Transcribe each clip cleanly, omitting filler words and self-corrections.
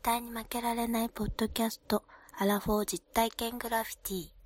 対に負けられないポッドキャスト、アラフォー実体験グラフィティ。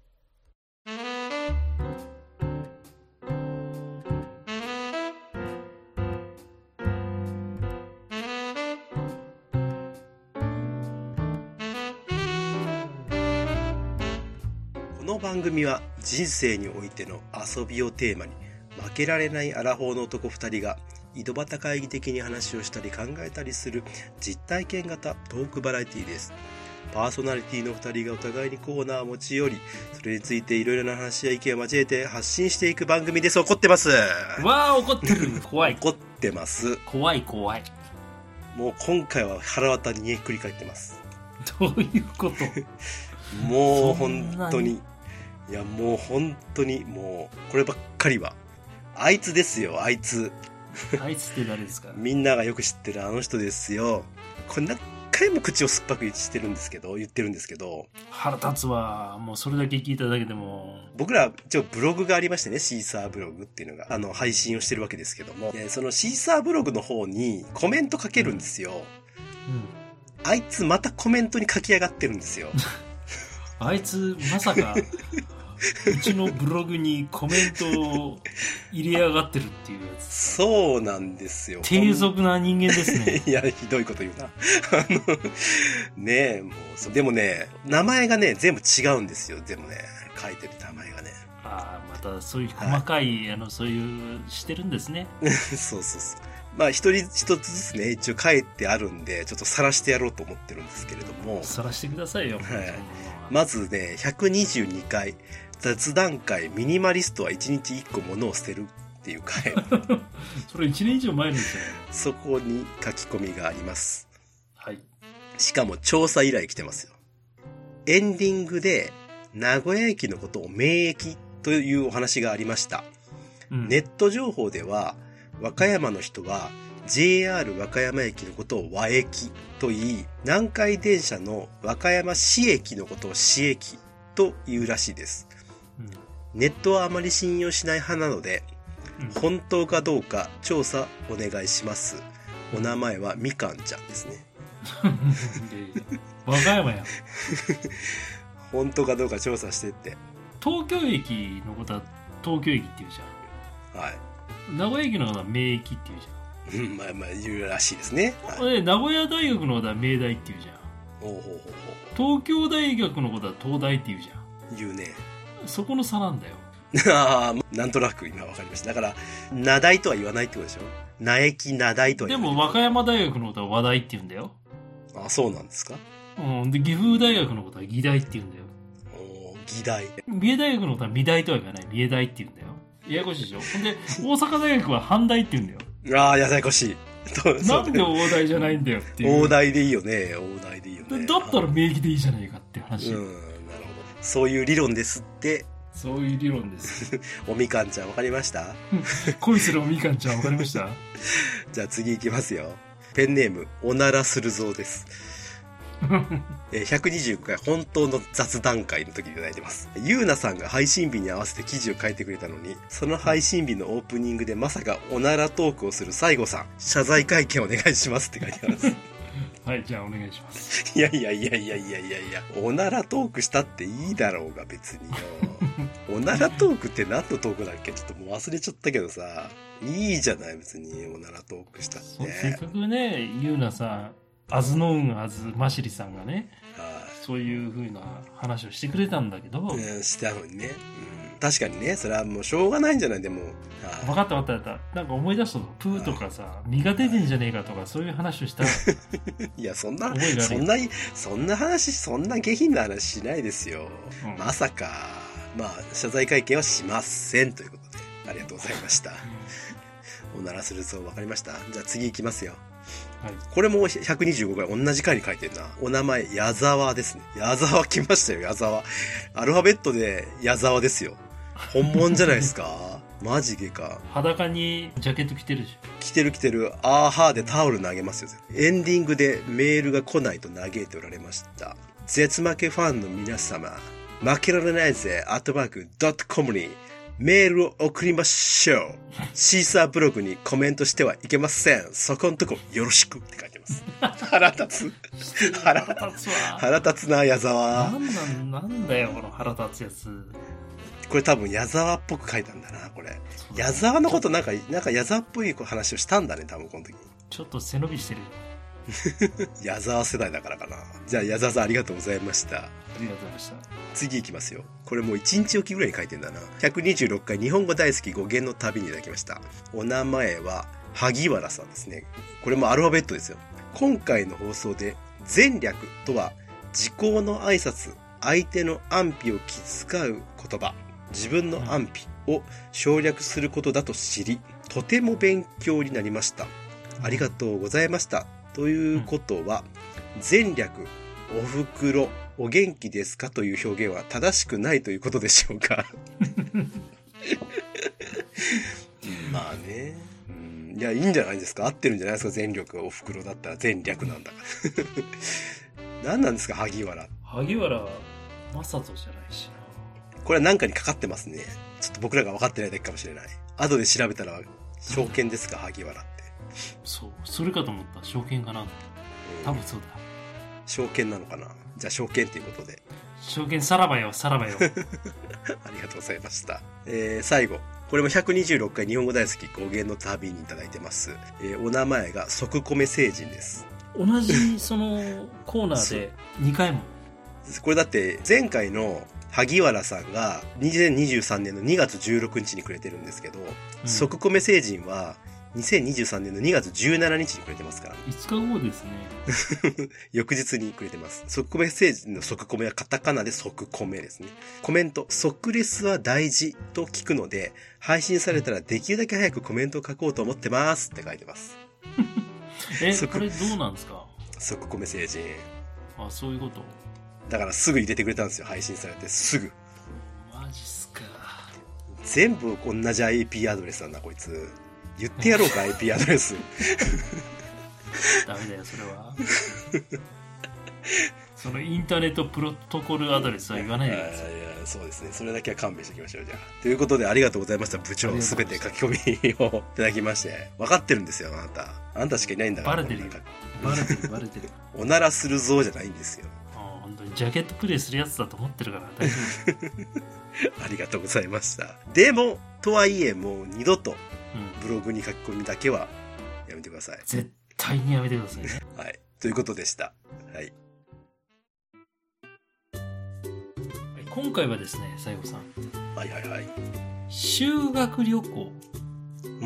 この番組は人生においての遊びをテーマに、負けられないアラフォーの男2人が井戸端会議的に話をしたり考えたりする実体験型トークバラエティです。パーソナリティの2人がお互いにコーナーを持ち寄り、それについていろいろな話や意見を交えて発信していく番組です。怒ってます。 わあ、怒ってる。怖い。 怒ってます。 怖い怖い。 もう今回は腹渡に繰り返ってます。 どういうこともう本当に。いやもう本当にもうこればっかりは。あいつですよ、あいつ。 あいつって誰ですか？ みんながよく知ってるあの人ですよ。これ何回も口を酸っぱく言ってるんですけど。 腹立つわ。もうそれだけ聞いただけでも。 僕ら一応ブログがありましてね、シーサーブログっていうのが配信をしてるわけですけども、そのシーサーブログの方にコメント書けるんですよ。あいつまたコメントに書き上がってるんですよ。 あいつまさかうちのブログにコメントを入れやがってるっていうやつ。 そうなんですよ。 低俗な人間ですね。 いや、ひどいこと言うな。ねえ、もう、でもね、名前がね、全部違うんですよ。でもね、書いてる名前がね。 ああ、またそういう細かい、そういう、してるんですね。 そう。まあ、一つずつね、一応書いてあるんで、ちょっと晒してやろうと思ってるんですけれども。 晒してくださいよ。はい。 まずね、122回。雑談会ミニマリストは1日1個物を捨てるっていう回。 それ1年以上前ですよね。 そこに書き込みがあります。 はい。 しかも調査依頼来てますよ。エンディングで名古屋駅のことを名駅というお話がありました。ネット情報では和歌山の人は JR 和歌山駅のことを和駅と言い、南海電車の和歌山市駅のことを市駅と言うらしいです。ネットはあまり信用しない派なので、本当かどうか調査お願いします。お名前はみかんちゃんですね。 和歌山や。 本当かどうか調査してって。 東京駅のことは東京駅って言うじゃん。はい。名古屋駅のことは名駅って言うじゃん。 まあ言うらしいですね。 はい、名古屋大学のことは明大って言うじゃん。東京大学のことは東大って言うじゃん。 言うね。 そこの差なんだよ。 ああ、なんとなく今わかりました。だから、名大とは言わないってことでしょ？名駅名大とは言わない。 でも和歌山大学のことは和大って言うんだよ。 あ、そうなんですか？ で、岐阜大学のことは技大って言うんだよ。 技大。 三重大学のことは美大とは言わない。三重大って言うんだよ。ややこしいでしょ？ほんで、大阪大学は阪大って言うんだよ。 ああ、ややこしい。 なんで大大じゃないんだよっていう。 大大でいいよね。大大でいいよね。 だったら名義でいいじゃないかって話。 なるほど。そういう理論ですって。 そういう理論です。 おみかんちゃんわかりました？ 恋するおみかんちゃんわかりました？ じゃあ次行きますよ。ペンネーム、おならするぞうです。125回本当の雑談会の時にいただいてます。ゆうなさんが配信日に合わせて記事を書いてくれたのに、その配信日のオープニングでまさかおならトークをする西郷さん、謝罪会見お願いしますって書いてあります。 はい、じゃあお願いします。 いや、おならトークしたっていいだろうが別によ。おならトークって何のトークだっけ？ちょっともう忘れちゃったけどさ、いいじゃない別におならトークしたって。 せっかくね、ゆうなさん、あずのうんあずましりさんがね、そういう風な話をしてくれたんだけど、 したのにね、確かにね、それはもうしょうがないんじゃない？でも分かった。なんか思い出したぞ。プーとかさ、身が出てんじゃねえかとかそういう話をした。 いや、そんな話、そんな下品な話しないですよ。まさか、まあ謝罪会見はしませんということで、ありがとうございました。おならするぞ、わかりました。じゃあ次行きますよ。はい、これも125回同じ回に書いてるな。お名前、矢沢ですね。矢沢来ましたよ、矢沢。アルファベットで矢沢ですよ。本物じゃないですか？マジでか。 裸にジャケット着てるでしょ。 着てる。あーはーでタオル投げますよ。エンディングでメールが来ないと嘆いておられました。絶負けファンの皆様、負けられないぜ、@.com にメールを送りましょう。シーサーブログにコメントしてはいけません。そこんとこよろしくって書いてます。 腹立つ腹立つわ。 腹立つな、矢沢。 なんだよ、この腹立つやつ。 これ多分矢沢っぽく書いたんだな、これ。矢沢のことなんか矢沢っぽい話をしたんだね、多分この時。 ちょっと背伸びしてるよ。 矢沢世代だからかな。じゃあ矢沢さんありがとうございました。 ありがとうございました。 次行きますよ。これもう1日おきぐらいに書いてんだな。126回日本語大好き語源の旅にいただきました。お名前は萩原さんですね。これもアルファベットですよ。今回の放送で前略とは時効の挨拶、相手の安否を気遣う言葉、自分の安否を省略することだと知り、とても勉強になりました。ありがとうございました。ということは、前略、おふくろ、お元気ですかという表現は正しくないということでしょうか。まあね。いや、いいんじゃないですか。合ってるんじゃないですか。前略、おふくろだったら前略なんだから。何なんですか、萩原。 萩原正人じゃないしな。 これは何かにかかってますね。ちょっと僕らが分かってないだけかもしれない。後で調べたら、証券ですか、萩原って。 そう、それかと思った。証券かな。多分そうだ。 証券なのかな。じゃあ証券ということで。 証券さらばよ、さらばよ。 ありがとうございました。最後。これも126回日本語大好き語源の旅にいただいてます。お名前が即米星人です。 同じそのコーナーで2回も。 これだって前回の萩原さんが2023年の2月16日にくれてるんですけど、即米星人は2023年の2月17日にくれてますから。 5日後ですね。 翌日にくれてます。即米星人の即米はカタカナで即米ですね。コメント、即レスは大事と聞くので、配信されたらできるだけ早くコメントを書こうと思ってますって書いてます。 これどうなんですか？ 即米星人。 あ、そういうこと。 だからすぐ入れてくれたんですよ。配信されてすぐ。 マジっすか。 全部同じ IP アドレスなんだこいつ。言ってやろうかIP アドレス。 ダメだよそれは。そのインターネットプロトコルアドレスは言わないでください。 いやそうですね。それだけは勘弁しておきましょう。じゃあということでありがとうございました。部長すべて書き込みをいただきまして分かってるんですよ。あんたしかいないんだから。 バレてるバレてる。 おならするぞじゃないんですよ。 本当にジャケットプレイするやつだと思ってるから大丈夫。ありがとうございました。でもとはいえもう二度とブログに書き込みだけはやめてください。 絶対にやめてくださいね。 はい。ということでした。はい。 今回はですね、西郷さん。 はいはいはい。 修学旅行。 うん。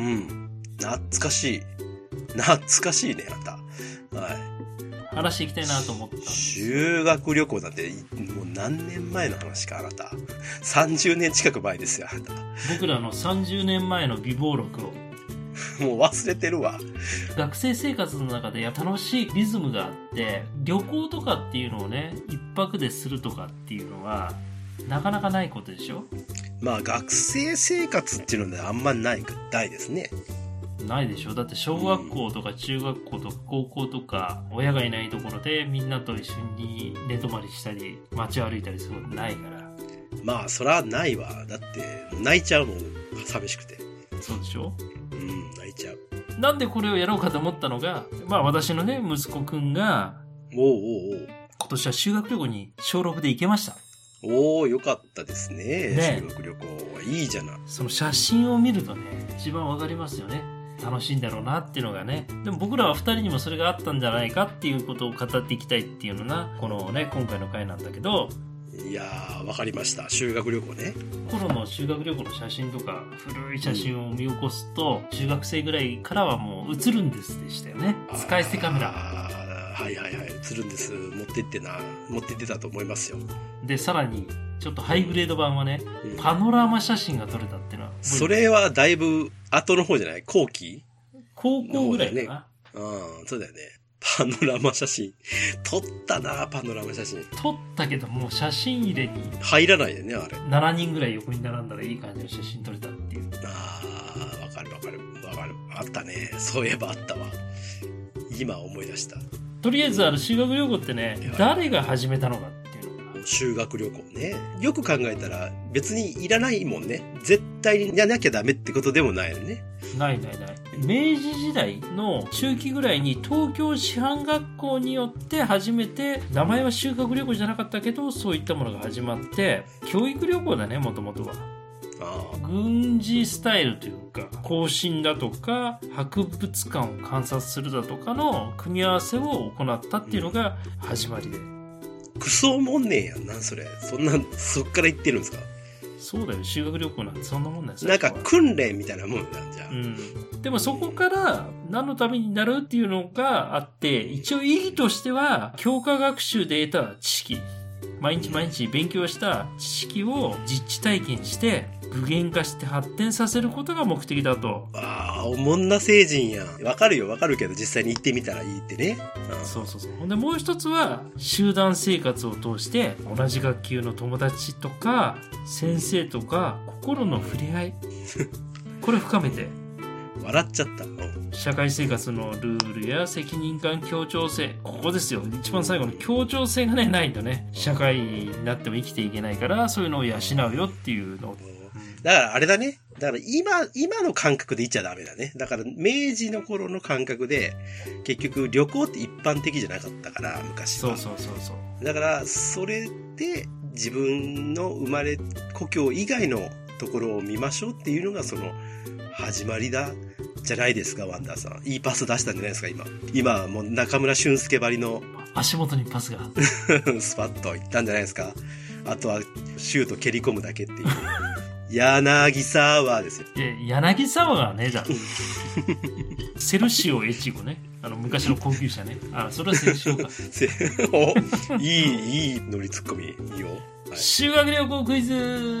懐かしい。懐かしいね、あんた。はい。 話していきたいなと思ったんです。 修学旅行なんて、もう何年前の話か、あなた。30年近く前ですよ、あなた。 僕らの30年前の備忘録を。 もう忘れてるわ。 学生生活の中で楽しいリズムがあって、旅行とかっていうのをね、一泊でするとかっていうのは、なかなかないことでしょ？ まあ学生生活っていうのはあんまないですね。 ないでしょ。だって小学校とか中学校とか高校とか、親がいないところでみんなと一緒に寝泊まりしたり街を歩いたりすることないから。 まあそらないわ。だって泣いちゃうもん、寂しくて。 そうでしょ。 泣いちゃう。 なんでこれをやろうかと思ったのが、まあ私のね息子くんが今年は修学旅行に小6で行けました。 よかったですね。修学旅行はいいじゃない。 その写真を見るとね、一番わかりますよね。楽しいんだろうなっていうのがね。でも僕らは2人にもそれがあったんじゃないかっていうことを語っていきたいっていうのがこのね今回の回なんだけど。 いやー、わかりました。修学旅行ね。 頃の修学旅行の写真とか古い写真を見起こすと、中学生ぐらいからはもう写るんですでしたよね。使い捨てカメラ。 はいはいはい、映るんです。持ってってたと思いますよ。 でさらにちょっとハイグレード版はね、パノラマ写真が撮れたっていうのは、 それはだいぶ後の方じゃない？後期？ 高校ぐらいかな。 そうだよね。パノラマ写真撮ったな。パノラマ写真撮ったけどもう写真入れに入らないよね。あれ 7人ぐらい横に並んだらいい感じの写真撮れたっていう。 わかるあったね。そういえばあったわ。今思い出した。 とりあえず修学旅行ってね、誰が始めたのかっていうのが。 修学旅行ね。よく考えたら別にいらないもんね。絶対にやらなきゃダメってことでもないよね。 ない。 明治時代の中期ぐらいに東京師範学校によって初めて、名前は修学旅行じゃなかったけど、そういったものが始まって、教育旅行だね、もともとは。軍事スタイルというか、行進だとか博物館を観察するだとかの組み合わせを行ったっていうのが始まりで、 クソもんねえやんな、それ。そんな、そっから行ってるんですか？ そうだよ、修学旅行なんてそんなもんなんですよ。 なんか訓練みたいなもんなんじゃん。でもそこから何のためになるっていうのがあって、一応意義としては教科学習で得た知識、毎日毎日勉強した知識を実地体験して具現化して発展させることが目的だと。 ああ、おもんな成人やん。わかるよ、わかるけど実際に行ってみたらいいってね。 そうそうそう。ほんでもう一つは集団生活を通して同じ学級の友達とか先生とか心の触れ合いこれ深めて笑っちゃった。 社会生活のルールや責任感協調性、ここですよ。一番最後の協調性がねないとね、社会になっても生きていけないから、そういうのを養うよっていうの。 だからあれだね。だから今の感覚で言っちゃダメだね。だから明治の頃の感覚で結局旅行って一般的じゃなかったから昔は。そう。だからそれで自分の生まれ故郷以外のところを見ましょうっていうのがその始まりだじゃないですか、ワンダーさん。いいパス出したんじゃないですか、今もう中村俊輔ばりの足元にパスがスパッといったんじゃないですか。あとはシュート蹴り込むだけっていう柳沢ですよ。 柳沢がね、じゃあセルシオ越後ね、昔の高級車ね。それはセルシオかいい乗りツッコミいいよ、 はい、修学旅行クイズ。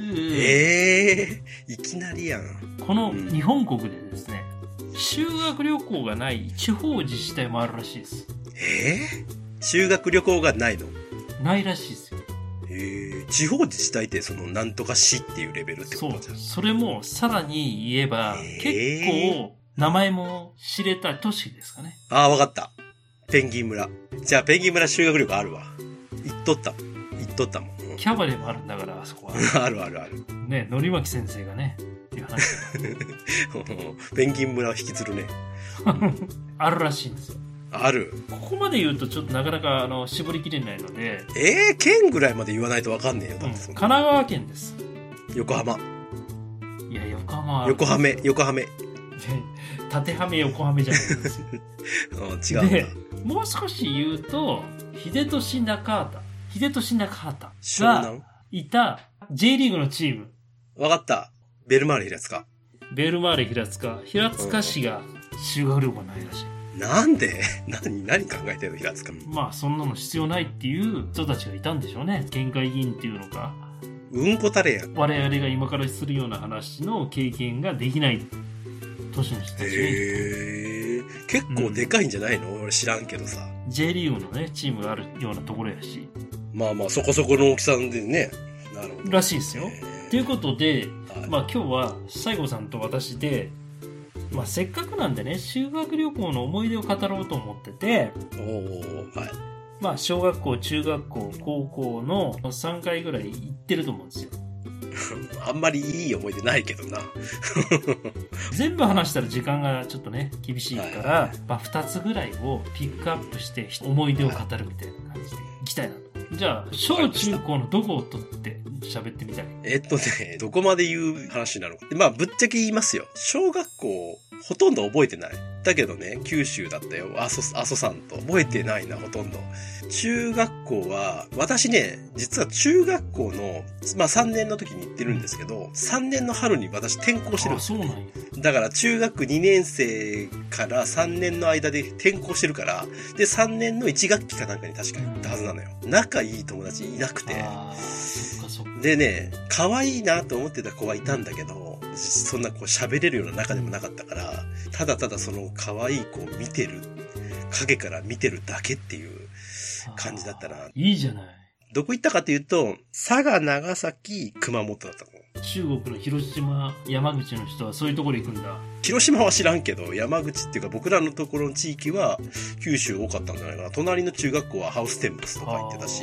いきなりやん。 この日本国でですね、修学旅行がない地方自治体もあるらしいです。 修学旅行がないの？ ないらしいですよ。 地方自治体ってそのなんとか市っていうレベルってことじゃん。 それもさらに言えば、結構名前も知れた都市ですかね。 わかった。ペンギン村。じゃあペンギン村修学旅行あるわ。行っとったもん。 キャバレーもあるんだから、あそこは。 ある。 ね、のりまき先生がね、っていう話ペンギン村を引きずるね。 あるらしいんですよ。 ある。 ここまで言うとちょっとなかなか絞りきれないので。 県ぐらいまで言わないとわかんねえよ。 神奈川県です。 横浜。 いや、横浜は。 横浜。 縦浜横浜じゃないですよ。違うんだ。 で、もう少し言うと、秀俊中畑がいた J リーグのチーム。 わかった。ベルマーレ平塚。平塚市が修学旅行ないらしい。 なんで何考えてるの平塚。 まあそんなの必要ないっていう人たちがいたんでしょうね。県会議員っていうのか。 うんこたれや。 我々が今からするような話の経験ができない年の人たちに。 結構でかいんじゃないの？俺知らんけどさ。 J リーグのね、チームがあるようなところやし。 まあそこそこの大きさでね。 なるほど。らしいですよ。ということで、まあ今日は西郷さんと私で、まあせっかくなんでね、修学旅行の思い出を語ろうと思ってて、まあ小学校、中学校、高校の3回ぐらい行ってると思うんですよ。 あんまりいい思い出ないけどな。 全部話したら時間がちょっとね、厳しいから、まあ2つぐらいをピックアップして思い出を語るみたいな感じでいきたいなと。じゃあ、小中高のどこを取って喋ってみたい？ どこまで言う話なのか。まあ、ぶっちゃけ言いますよ。小学校、ほとんど覚えてない。だけどね、九州だったよ。阿蘇山と。覚えてないな、ほとんど。中学校は、私ね、実は中学校の、まあ3年の時に行ってるんですけど、3年の春に私転校してるんですよ。 そうなんや。 だから中学2年生から3年の間で転校してるから、で、3年の1学期かなんかに確か行ったはずなのよ。仲いい友達いなくて。でね、可愛いなと思ってた子はいたんだけど、そんなこう喋れるような仲でもなかったから、ただただその可愛い子を見てる、影から見てるだけっていう感じだったな。 いいじゃない。 どこ行ったかというと、佐賀、長崎、熊本だったの。 中国の広島、山口の人はそういうところ行くんだ。 広島は知らんけど、山口っていうか僕らのところの地域は九州多かったんじゃないかな。隣の中学校はハウステンボスとか行ってたし、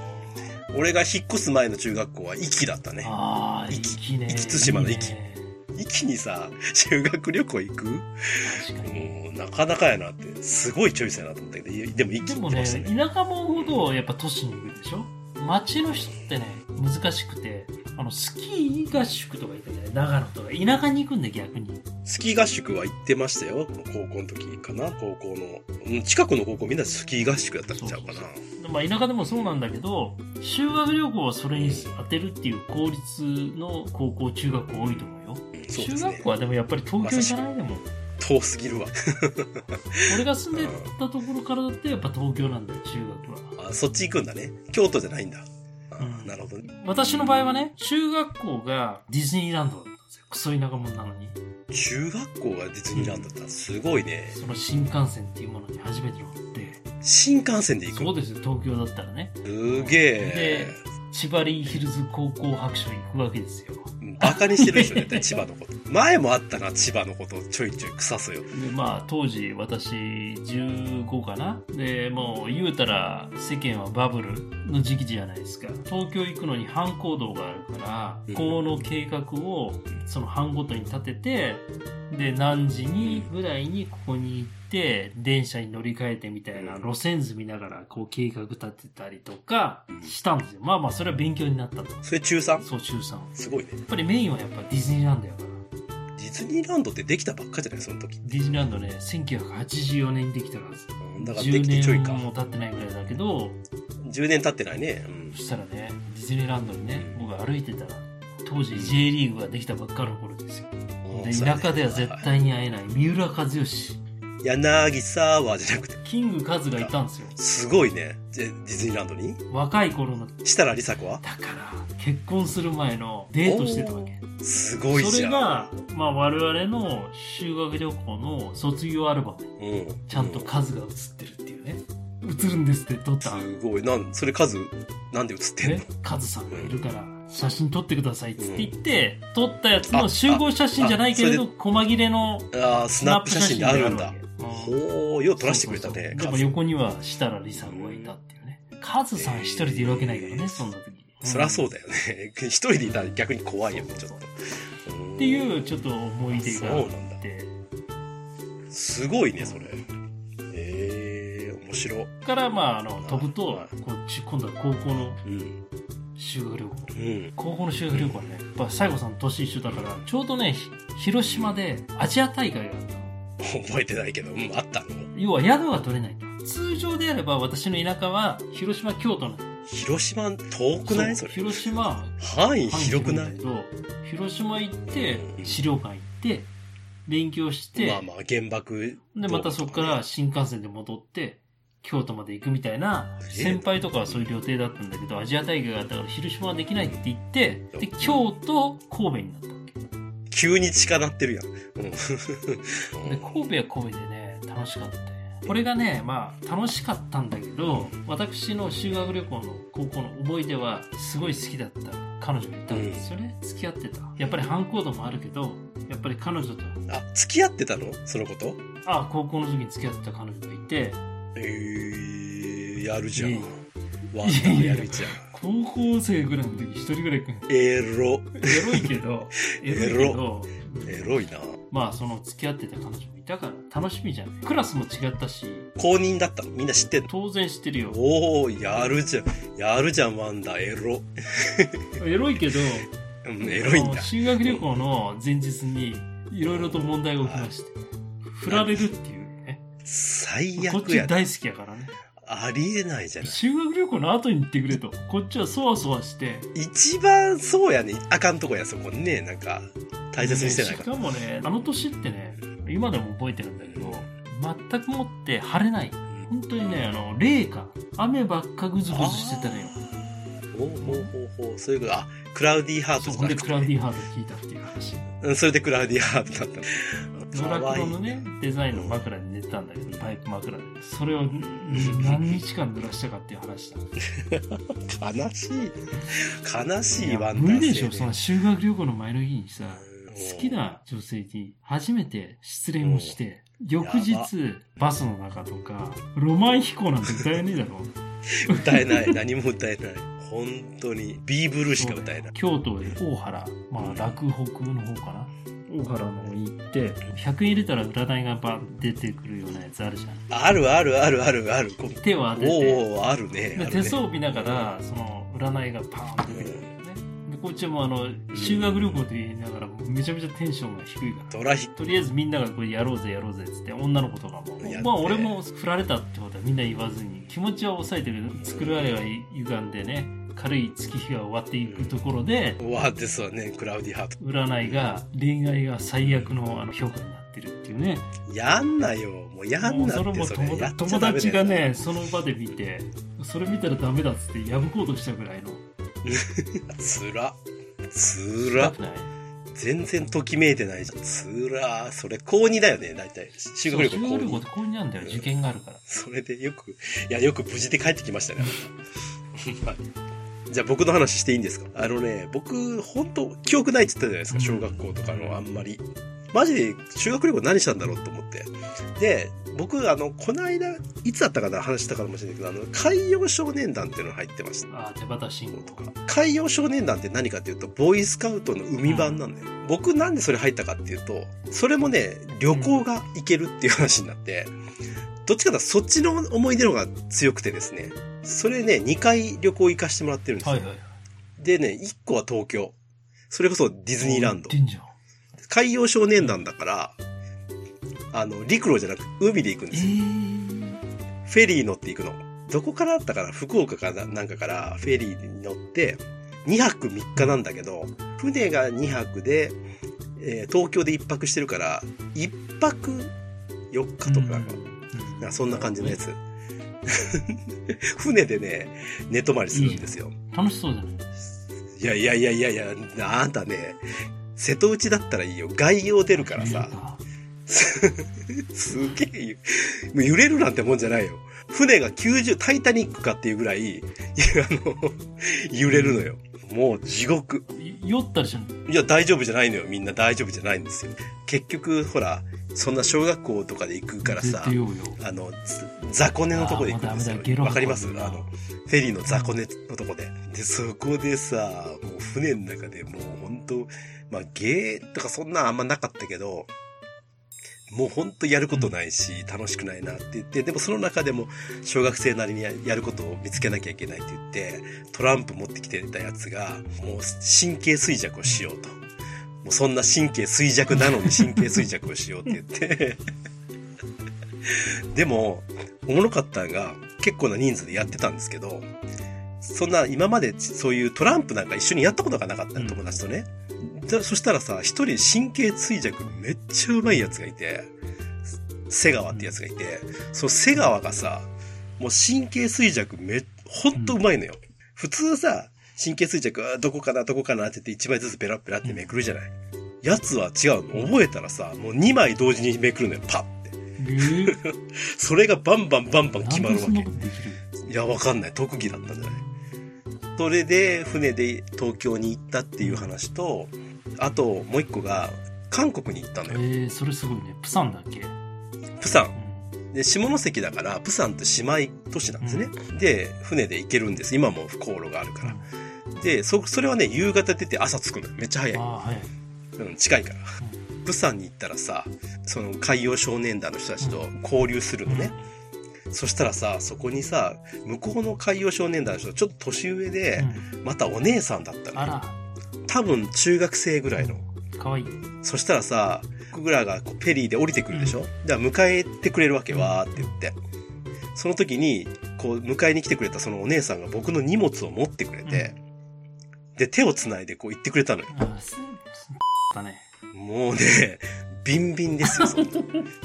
俺が引っ越す前の中学校は壱岐だったね。壱岐ね。壱岐対馬の壱岐。 一気にさ、修学旅行行く？ 確かに。 もうなかなかやなって、すごいチョイスやなと思ったけど、でも一気に行ってましたね。 でもね、田舎もんほどやっぱ都市に行くでしょ。町の人ってね、難しくて、スキー合宿とか行くんだよね、長野とか。田舎に行くんだよ、逆に。 スキー合宿は行ってましたよ。高校の時かな。高校の。近くの高校みんなスキー合宿やったんちゃうかな。 まあ田舎でもそうなんだけど、修学旅行はそれに当てるっていう公立の高校、中学校多いと思うよ。そうですね。中学校はでもやっぱり東京じゃないでも。 遠すぎるわ。 俺が住んでたところからだってやっぱ東京なんだよ、中学は。 あ、そっち行くんだね。京都じゃないんだ。なるほど。 私の場合はね、中学校がディズニーランドだったんですよ。クソ田舎者なのに。 中学校がディズニーランドだったらすごいね。 その新幹線っていうものに初めて乗って。 新幹線で行く？ そうですよ、東京だったらね。 すげえ。 で、千葉リーヒルズ高校白書に行くわけですよ。 バカにしてるでしょ、絶対千葉のこと。前もあったな、千葉のことちょいちょい腐すよ。で、 まあ、当時私15かな。で、もう言うたら世間はバブルの時期じゃないですか。東京行くのに班行動があるから、この計画をその班ごとに立てて、で、何時にぐらいにここに行って、電車に乗り換えてみたいな路線図見ながらこう計画立てたりとかしたんですよ。まあまあそれは勉強になったと。 それ中 3？ そう、中3。 すごいね。 やっぱりメインはやっぱディズニーランドやから。 ディズニーランドってできたばっかじゃないその時。 ディズニーランドね、1984年にできたはず。 だからできてちょいか。 10年も経ってないぐらいだけど。 10年経ってないね。 そしたらね、ディズニーランドにね、僕歩いてたら、当時 J リーグができたばっかの頃ですよ。で、田舎では絶対に会えない三浦知良。 柳沢じゃなくてキングカズがいたんですよ。 すごいね。ディズニーランドに若い頃の設楽梨紗子はだから結婚する前のデートしてたわけ。 すごいじゃん。 それが、まあ、我々の修学旅行の卒業アルバムにちゃんとカズが写ってるっていうね。写るんですって撮った。 すごい。それカズなんで写ってんの？ カズさんがいるから写真撮ってくださいっつって言って、撮ったやつの集合写真じゃないけれど細切れのスナップ写真であるんだ。ほー、よう撮らせてくれたね。 そうそうそう。でも横には設楽梨紗子がいたっていうね。カズさん一人でいるわけないからね、そんな時に。 そりゃそうだよね。一人でいたら逆に怖いよね、ちょっと。 っていうちょっと思い出があって。 すごいね、それ。面白い。 からまあ飛ぶと今度は高校の修学旅行。高校の修学旅行はね、やっぱ西郷さんと年一緒だからちょうどね広島でアジア大会があったの。 覚えてないけど、あったの。 要は宿が取れないと。通常であれば私の田舎は広島京都なの。 広島遠くない？それ。 広島範囲広くない？ 広島行って資料館行って勉強して、 まあまあ原爆でまたそこから新幹線で戻って京都まで行くみたいな、先輩とかはそういう予定だったんだけど、アジア大会があったから広島はできないって言って、で京都神戸になったわけ。 急に近なってるやん。 で神戸は神戸でね楽しかった。これがね、まあ楽しかったんだけど、私の修学旅行の高校の思い出はすごい好きだった彼女がいたんですよね。付き合ってた。やっぱり反抗度もあるけど、やっぱり彼女と。 付き合ってたの？そのこと？ 高校の時に付き合ってた彼女がいて。 やるじゃん。わざやるじゃん。 高校生ぐらいの時一人ぐらいエロいけど、 エロいな。 まあその付き合ってた彼女もいたから楽しみじゃん。クラスも違ったし。 公認だったの？みんな知ってんの？ 当然知ってるよ。 やるじゃんワンダ。エロいけど、 エロいんだ。 修学旅行の前日にいろいろと問題が起きまして、振られるっていうね。 最悪や。 こっち大好きやからね。 ありえないじゃない。 修学旅行の後に行ってくれと。こっちはそわそわして。 一番そうやね。あかんとこや、そこにね。なんか、大切にしてないから。 しかもね、あの年ってね、今でも覚えてるんだけど、全くもって晴れない。本当にね、冷夏。雨ばっかぐずぐずしてたのよ。 そういうこと、クラウディーハートとか。 そこでクラウディーハート聞いたっていう話。 それでクラウディーハートだった。 ドラクロのね、デザインの枕に寝てたんだけど、パイプ枕で。それを何日間濡らしたかっていう話だ。 悲しいワンダー性。 無理でしょ、その修学旅行の前の日にさ、好きな女性に初めて失恋をして、翌日、バスの中とか、ロマン飛行なんて歌えねえだろ。 歌えない。何も歌えない。本当に。ビーブルーしか歌えない。 京都へ大原、まあ、洛北の方かな。 大原の行って100円入れたら占いがバン出てくるようなやつあるじゃん。 ある。 手を当てて、 おー、あるね。 で手相を見ながらその占いがパーンって出てくるんだよね。でこっちも修学旅行と言いながらめちゃめちゃテンションが低いからとりあえずみんながこれやろうぜっつって女の子とかもまあ俺も振られたってことはみんな言わずに気持ちは抑えてる。作るあれが歪んでね、軽い月日が終わっていくところで、 終わってそうね、クラウディハート。 占いが恋愛が最悪の評価になってるっていうね。 やんなよ、もうやんなって。 もうそれも友達がねその場で見て、それ見たらダメだっつって破こうとしたぐらいのつら全然ときめいてないじゃん。つらそれ高2だよね、大体。修学旅行高2。 修学旅行って高2なんだよ、受験があるから。 それでよく無事で帰ってきましたね。じゃあ僕の話していいんですか？僕、本当記憶ないって言ったじゃないですか、小学校とかのあんまり。マジで修学旅行何したんだろうと思って。で、僕、この間、いつだったかな話したかもしれないけど、海洋少年団っていうの入ってました。 手旗信号とか。 海洋少年団って何かっていうと、ボーイスカウトの海版なんだよ。僕なんでそれ入ったかっていうと、それもね、旅行が行けるっていう話になって、どっちかというとそっちの思い出の方が強くてですね、それね、2回旅行行かしてもらってるんですよ。でね、1個は東京。それこそディズニーランド。海洋少年団だから、陸路じゃなく海で行くんですよ。フェリー乗って行くの。どこからだったかな、福岡かなんかからフェリーに乗って、2泊3日なんだけど、船が2泊で、東京で1泊してるから、1泊4日とかなんか、そんな感じのやつ。船でね、寝泊まりするんですよ。 楽しそうじゃない？ いや、あんたね、瀬戸内だったらいいよ。外洋出るからさ。すげえ、揺れるなんてもんじゃないよ。船がタイタニックかっていうぐらい、揺れるのよ。もう地獄。 酔ったりしない？ いや、大丈夫じゃないのよ。みんな大丈夫じゃないんですよ。結局、ほら、そんな小学校とかで行くからさ、雑魚寝のとこで行くんですよ。わかります？フェリーの雑魚寝のとこで。で、そこでさ、もう船の中でもう本当まあゲーとかそんなあんまなかったけど、もうほんとやることないし、楽しくないなって言って、でもその中でも小学生なりにやることを見つけなきゃいけないって言って、トランプ持ってきてたやつが、もう神経衰弱をしようと。もうそんな神経衰弱なのに神経衰弱をしようって言って。でも、おもろかったのが、結構な人数でやってたんですけど、そんな今までそういうトランプなんか一緒にやったことがなかったの、友達とね。そしたらさ、一人神経衰弱めっちゃうまいやつがいて、瀬川ってやつがいて、その瀬川がさ、もう神経衰弱ほんとうまいのよ。普通さ、神経衰弱、どこかなって言って1枚ずつペラペラってめくるじゃない。やつは違うの。覚えたらさ、もう2枚同時にめくるのよ、パッて。それがバンバン決まるわけ。いや、わかんない。特技だったんじゃない。それで、船で東京に行ったっていう話と、あと、もう一個が、韓国に行ったのよ。 それすごいね。プサンだっけ？ プサン。で、下関だから、プサンって姉妹都市なんですね。で、船で行けるんです。今も航路があるから。で、それはね、夕方出て朝着くのよ。めっちゃ早い。 早い。 近いから。プサンに行ったらさ、その海洋少年団の人たちと交流するのね。そしたらさ、そこにさ、向こうの海洋少年団の人、ちょっと年上で、またお姉さんだったのよ。多分中学生ぐらいの。 かわいい。 そしたらさ、僕らがフェリーで降りてくるでしょ？では迎えてくれるわけわーって言って。その時に、こう、迎えに来てくれたそのお姉さんが僕の荷物を持ってくれて、で、手を繋いでこう言ってくれたのよ。 だね。 もうね、ビンビンですよ、そんな。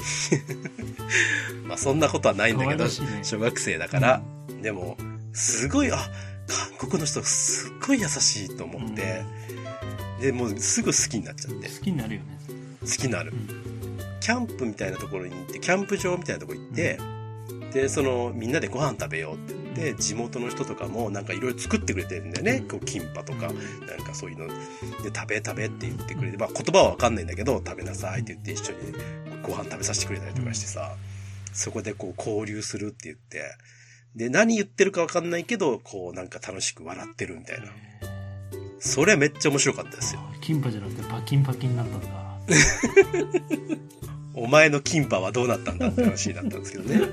まあそんなことはないんだけど、小学生だから。でも、すごい、韓国の人すっごい優しいと思って、で、もうすぐ好きになっちゃって。 好きになるよね。 好きになる。キャンプみたいなところに行って、キャンプ場みたいなところに行って、で、みんなでご飯食べようって言って、地元の人とかもなんかいろいろ作ってくれてるんだよね。こう、キンパとか、なんかそういうの。で、食べって言ってくれて、まあ言葉はわかんないんだけど、食べなさいって言って一緒にご飯食べさせてくれたりとかしてさ、そこでこう交流するって言って、で、何言ってるかわかんないけど、こうなんか楽しく笑ってるみたいな。それはめっちゃ面白かったですよ。 キンパじゃなくてパキンパキンになったんだ。 お前のキンパはどうなったんだって話になったんですけどね。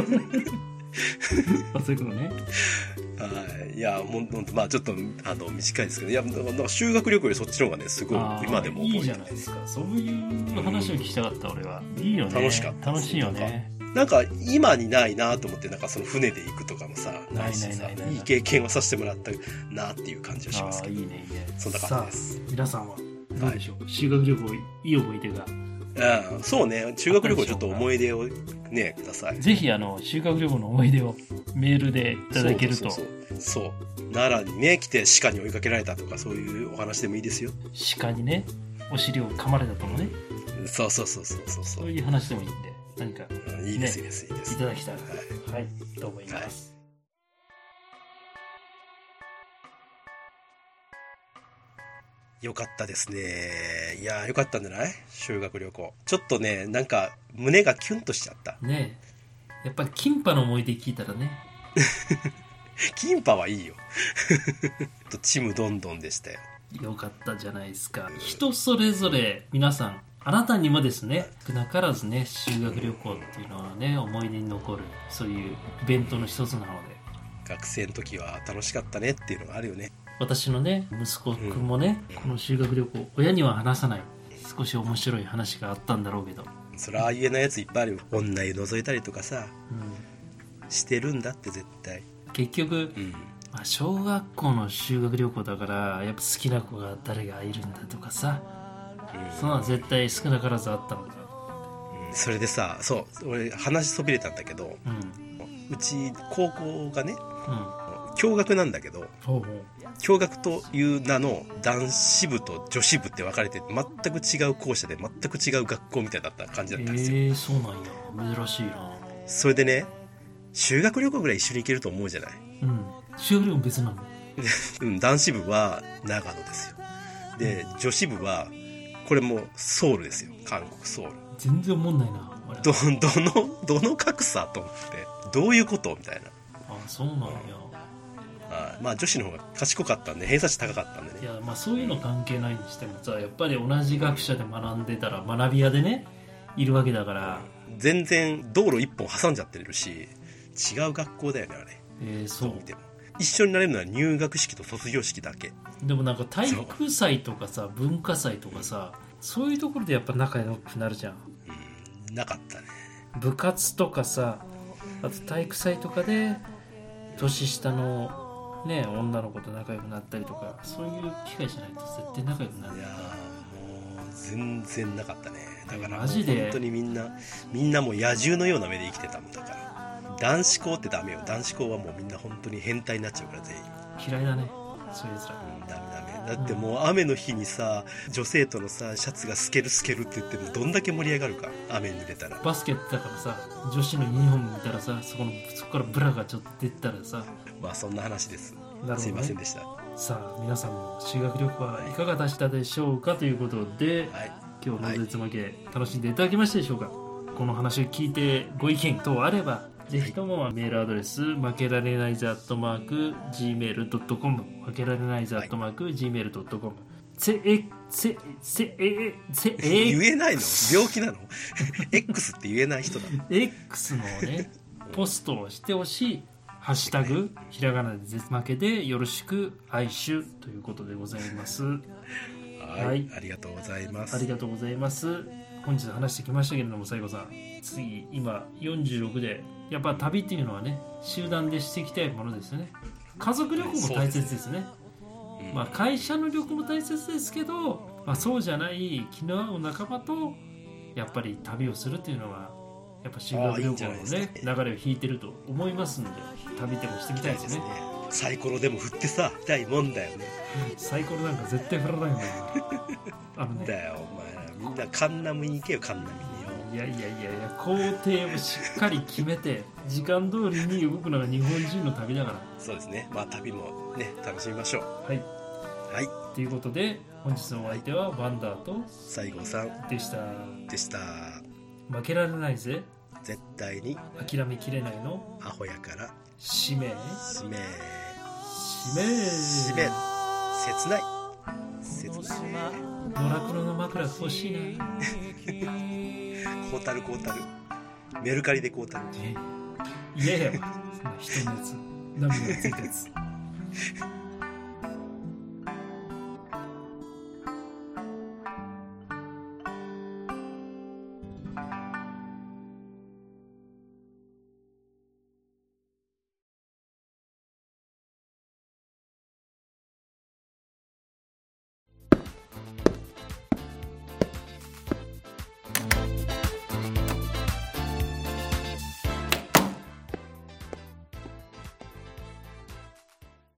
そういうことね。 はい。いや、ほんと、まあちょっと、短いですけど、いや、なんか修学旅行よりそっちの方がね、すごい、今でも覚えてる。 いいじゃないですか。そういう話を聞きたかった、俺は。いいよね。 楽しかった。 楽しいよね。 なんか、今にないなと思って、なんかその船で行くとかもさ、 ない。 いい経験をさせてもらったなっていう感じがしますけど。 いいね。 そんな感じです。 さあ、皆さんは、どうでしょう。修学旅行、いい思い出が。 そうね。修学旅行ちょっと思い出をね、ください。 ぜひ修学旅行の思い出をメールでいただけると。 そう。奈良にね、来て鹿に追いかけられたとか、そういうお話でもいいですよ。 鹿にね、お尻を噛まれたとかね。 そう。 そういう話でもいいんで、何か、 いいです。 いただきたい。はい、と思います。 よかったですね。いやー、よかったんじゃない？修学旅行。ちょっとね、なんか、胸がキュンとしちゃった。 ねえ。やっぱり、キンパの思い出聞いたらね。 キンパはいいよ。ちむどんどんでしたよ。 よかったじゃないですか。人それぞれ、皆さん、あなたにもですね、少なからずね、修学旅行っていうのはね、思い出に残る、そういうイベントの一つなので。 学生の時は楽しかったねっていうのがあるよね。 私のね、息子くんもね、この修学旅行、親には話さない、少し面白い話があったんだろうけど。 それは言えないやついっぱいあるよ。女湯覗いたりとかさ、してるんだって絶対。 結局、まあ、小学校の修学旅行だから、やっぱ好きな子が誰がいるんだとかさ、そんなの絶対少なからずあったのか。 それでさ、俺話そびれたんだけど、うち高校がね、共学なんだけど、共学という名の男子部と女子部って分かれて全く違う校舎で全く違う学校みたいだった感じだったんですよ。 そうなんや。珍しいな。 それでね、修学旅行ぐらい一緒に行けると思うじゃない。 修学旅行別なの？男子部は長野ですよ。で、女子部はこれもソウルですよ。韓国ソウル。 全然思んないな。 どの格差と思って、どういうことみたいな。 そうなんや。 まあ女子の方が賢かったんで偏差値高かったんでね。 いや、まあそういうの関係ないにしてもさ、やっぱり同じ学者で学んでたら学び屋でねいるわけだから、 全然道路一本挟んじゃってるし、違う学校だよねあれ。 そう見ても一緒になれるのは入学式と卒業式だけ。 でもなんか体育祭とかさ、文化祭とかさ、そういうところでやっぱ仲良くなるじゃん。 なかったね。 部活とかさ、あと体育祭とかで年下のね、女の子と仲良くなったりとか、そういう機会じゃないと絶対仲良くなる。 いやもう全然なかったね。だからマジで本当にみんなもう野獣のような目で生きてたもんだから。男子校ってダメよ。男子校はもうみんな本当に変態になっちゃうから全員。 嫌いだね、そういうやつら。 ダメ。だってもう雨の日にさ、女生徒のさシャツが透けるって言ってもどんだけ盛り上がるか。雨に濡れたら。 バスケやってたからさ、女子のユニフォーム見たらさ、そこからブラがちょっと出たらさ、まあそんな話です。 ね、 すいませんでした。 さあ皆さんも修学旅行はいかがでしたでしょうかということで、今日の絶負け楽しんでいただけましたでしょうか。この話を聞いてご意見等あれば、ぜひともメールアドレス、負けられないぜ@gmail.com、負けられないぜ@gmail.com。 言えないの？病気なの？X って言えない人だ。 X のね、ポストをしてほしい。ハッシュタグひらがなで絶負けでよろしく愛愁ということでございます。 はい、ありがとうございます。 ありがとうございます。本日話してきましたけれども、西郷さん、次今46で、やっぱ旅っていうのはね、集団でしていきたいものですよね。家族旅行も大切ですね。まあ会社の旅行も大切ですけど、まあ、そうじゃない気の合う仲間とやっぱり旅をするっていうのは、やっぱ修学旅行のね、流れを引いてると思いますので、旅でもしてみたいですね。 サイコロでも振ってさ、痛いもんだよね。 サイコロなんか絶対振らないんだよな。 だよお前ら、みんなカンナムに行けよ。カンナムによ。 いや工程をしっかり決めて時間通りに動くのが日本人の旅だから。 そうですね。まあ旅もね、楽しみましょう。 はい、ということで本日のお相手はワンダーと西郷さんでした。負けられないぜ、 絶対に諦めきれないのアホやから使命切ない切ないドラクロの枕欲しいな。 コータルメルカリでコータル。 嫌やわ、そんな人のやつ、涙がついたやつ。